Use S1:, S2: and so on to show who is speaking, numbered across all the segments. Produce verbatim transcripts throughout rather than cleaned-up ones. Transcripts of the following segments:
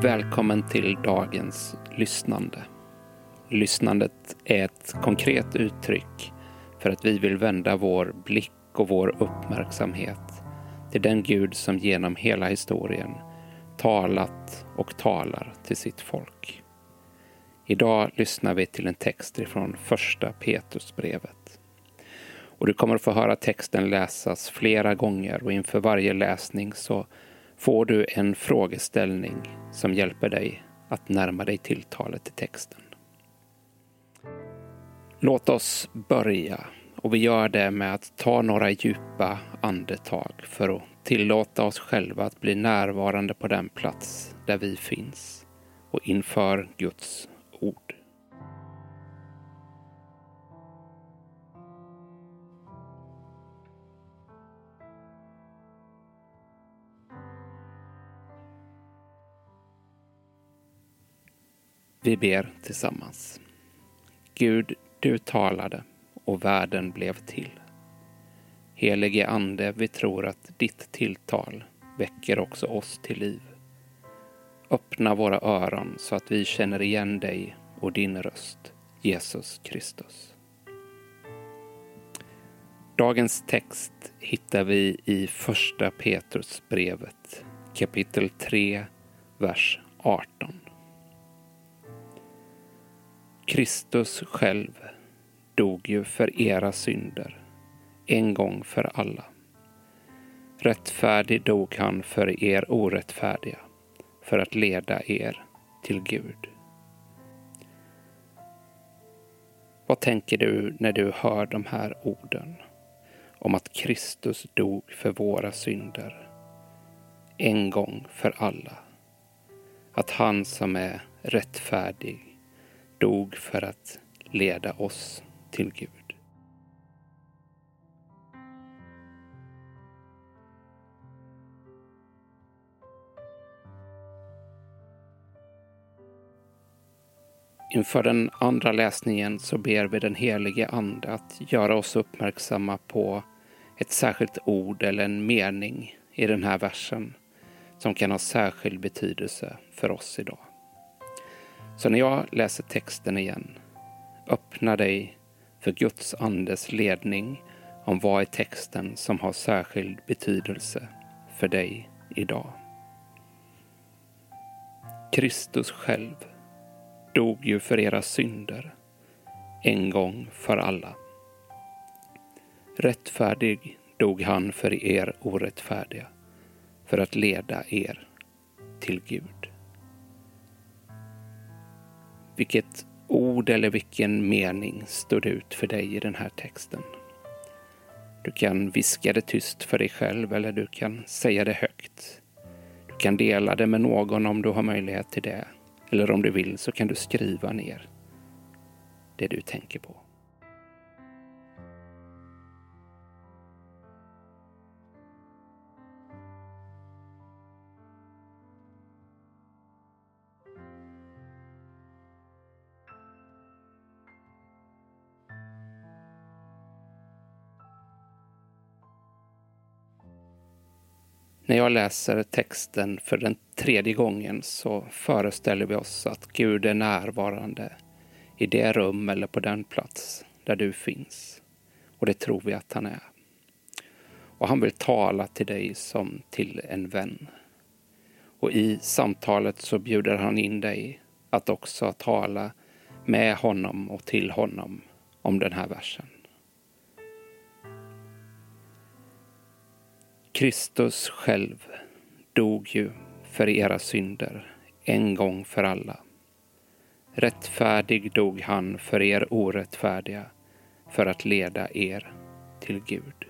S1: Välkommen till dagens lyssnande. Lyssnandet är ett konkret uttryck för att vi vill vända vår blick och vår uppmärksamhet till den Gud som genom hela historien talat och talar till sitt folk. Idag lyssnar vi till en text från första Petrusbrevet. Och du kommer att få höra texten läsas flera gånger, och inför varje läsning så får du en frågeställning som hjälper dig att närma dig tilltalet i texten. Låt oss börja, och vi gör det med att ta några djupa andetag för att tillåta oss själva att bli närvarande på den plats där vi finns och inför Guds ord. Vi ber tillsammans. Gud, du talade och världen blev till. Helige Ande, vi tror att ditt tilltal väcker också oss till liv. Öppna våra öron så att vi känner igen dig och din röst, Jesus Kristus. Dagens text hittar vi i första Petrusbrevet, kapitel tre, vers arton. Kristus själv dog ju för era synder, en gång för alla. Rättfärdig dog han för er orättfärdiga, för att leda er till Gud. Vad tänker du när du hör de här orden om att Kristus dog för våra synder, en gång för alla? Att han som är rättfärdig dog för att leda oss till Gud. Inför den andra läsningen så ber vi den helige Ande att göra oss uppmärksamma på ett särskilt ord eller en mening i den här versen som kan ha särskild betydelse för oss idag. Så när jag läser texten igen, öppna dig för Guds andes ledning om vad är texten som har särskild betydelse för dig idag. Kristus själv dog ju för era synder, en gång för alla. Rättfärdig dog han för er orättfärdiga, för att leda er till Gud. Vilket ord eller vilken mening står ut för dig i den här texten? Du kan viska det tyst för dig själv, eller du kan säga det högt. Du kan dela det med någon om du har möjlighet till det. Eller om du vill så kan du skriva ner det du tänker på. När jag läser texten för den tredje gången så föreställer vi oss att Gud är närvarande i det rum eller på den plats där du finns. Och det tror vi att han är. Och han vill tala till dig som till en vän. Och i samtalet så bjuder han in dig att också tala med honom och till honom om den här versen. Kristus själv dog ju för era synder, en gång för alla. Rättfärdig dog han för er orättfärdiga, för att leda er till Gud.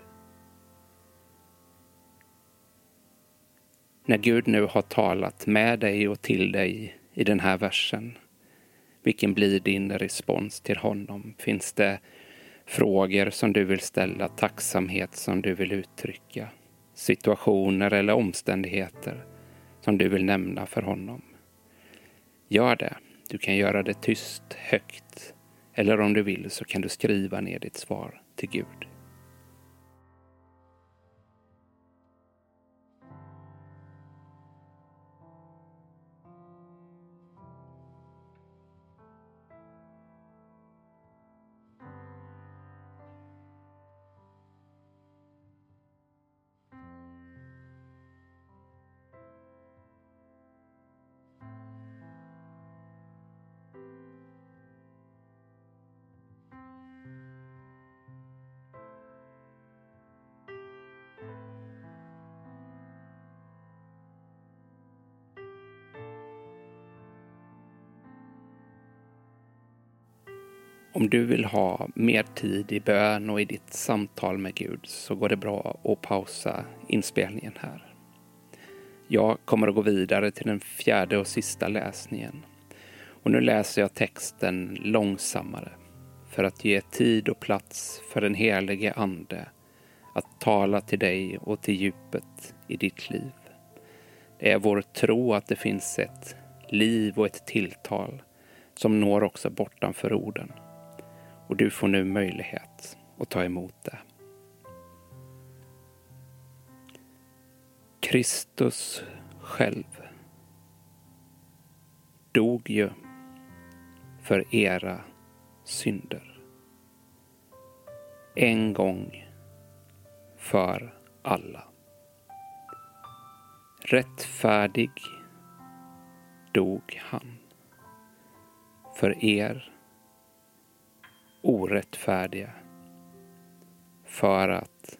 S1: När Gud nu har talat med dig och till dig i den här versen, vilken blir din respons till honom? Finns det frågor som du vill ställa, tacksamhet som du vill uttrycka? Situationer eller omständigheter som du vill nämna för honom? Gör det. Du kan göra det tyst, högt, eller om du vill så kan du skriva ner ditt svar till Gud. Om du vill ha mer tid i bön och i ditt samtal med Gud så går det bra att pausa inspelningen här. Jag kommer att gå vidare till den fjärde och sista läsningen. Och nu läser jag texten långsammare för att ge tid och plats för den helige Ande att tala till dig och till djupet i ditt liv. Det är vår tro att det finns ett liv och ett tilltal som når också bortanför orden. Och du får nu möjlighet att ta emot det. Kristus själv dog ju för era synder. En gång för alla. Rättfärdig dog han för er orättfärdiga, för att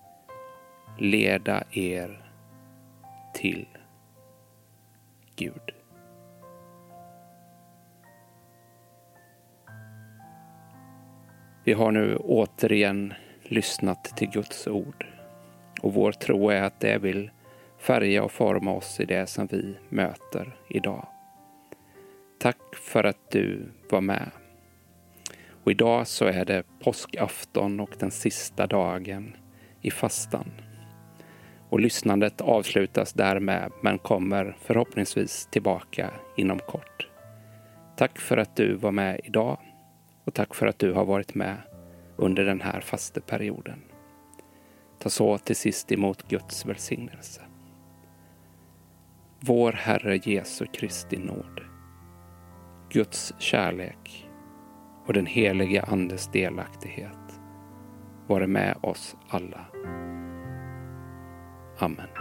S1: leda er till Gud. Vi har nu återigen lyssnat till Guds ord, och vår tro är att det vill färga och forma oss i det som vi möter idag. Tack för att du var med. Och idag så är det påskafton och den sista dagen i fastan. Och lyssnandet avslutas därmed, men kommer förhoppningsvis tillbaka inom kort. Tack för att du var med idag, och tack för att du har varit med under den här fasteperioden. Ta så till sist emot Guds välsignelse. Vår Herre Jesu Kristi nåd, Guds kärlek och den heliga Andes delaktighet vare med oss alla. Amen.